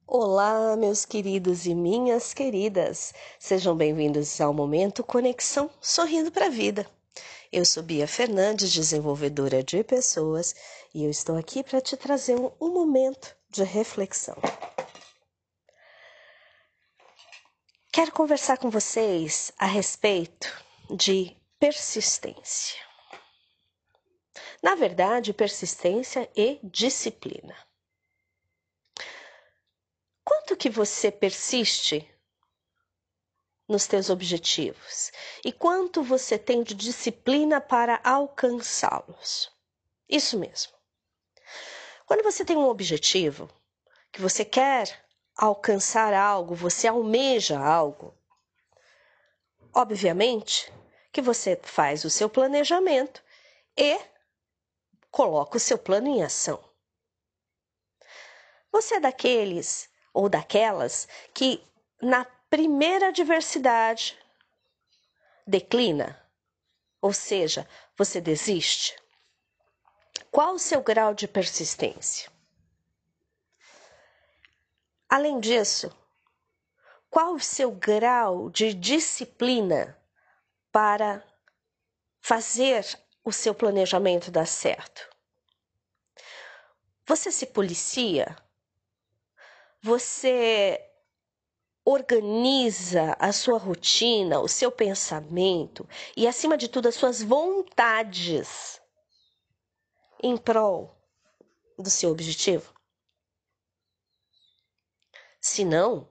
Olá, meus queridos e minhas queridas. Sejam bem-vindos ao Momento Conexão Sorrindo para a Vida. Eu sou Bia Fernandes, desenvolvedora de pessoas, e eu estou aqui para te trazer um momento de reflexão. Quero conversar com vocês a respeito de persistência. Na verdade, persistência e disciplina. Quanto que você persiste nos teus objetivos e quanto você tem de disciplina para alcançá-los? Isso mesmo. Quando você tem um objetivo, que você quer alcançar algo, você almeja algo, obviamente que você faz o seu planejamento e coloca o seu plano em ação. Você é daqueles ou daquelas que na primeira adversidade declina, ou seja, você desiste? Qual o seu grau de persistência? Além disso, qual o seu grau de disciplina para fazer o seu planejamento dar certo? Você se policia? Você organiza a sua rotina, o seu pensamento e, acima de tudo, as suas vontades em prol do seu objetivo? Se não,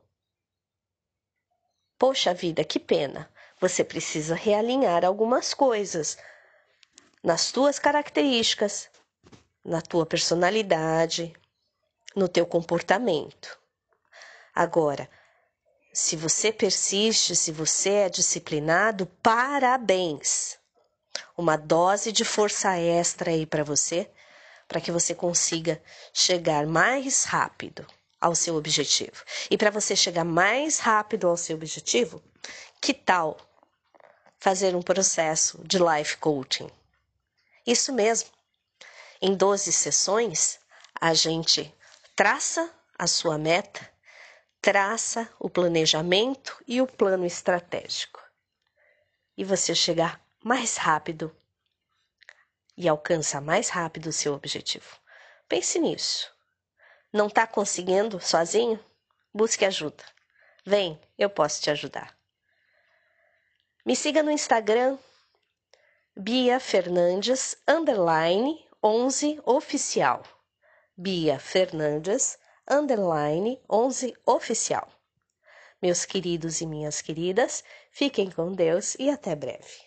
poxa vida, que pena. Você precisa realinhar algumas coisas nas tuas características, na tua personalidade, no teu comportamento. Agora, se você persiste, se você é disciplinado, parabéns! Uma dose de força extra aí para você, para que você consiga chegar mais rápido ao seu objetivo. E para você chegar mais rápido ao seu objetivo, que tal fazer um processo de life coaching? Isso mesmo. Em 12 sessões, a gente traça a sua meta, traça o planejamento e o plano estratégico. E você chegar mais rápido e alcança mais rápido o seu objetivo. Pense nisso. Não está conseguindo sozinho? Busque ajuda. Vem, eu posso te ajudar. Me siga no Instagram, Bia Fernandes, _11 oficial. Bia Fernandes, _11 oficial. Meus queridos e minhas queridas, fiquem com Deus e até breve.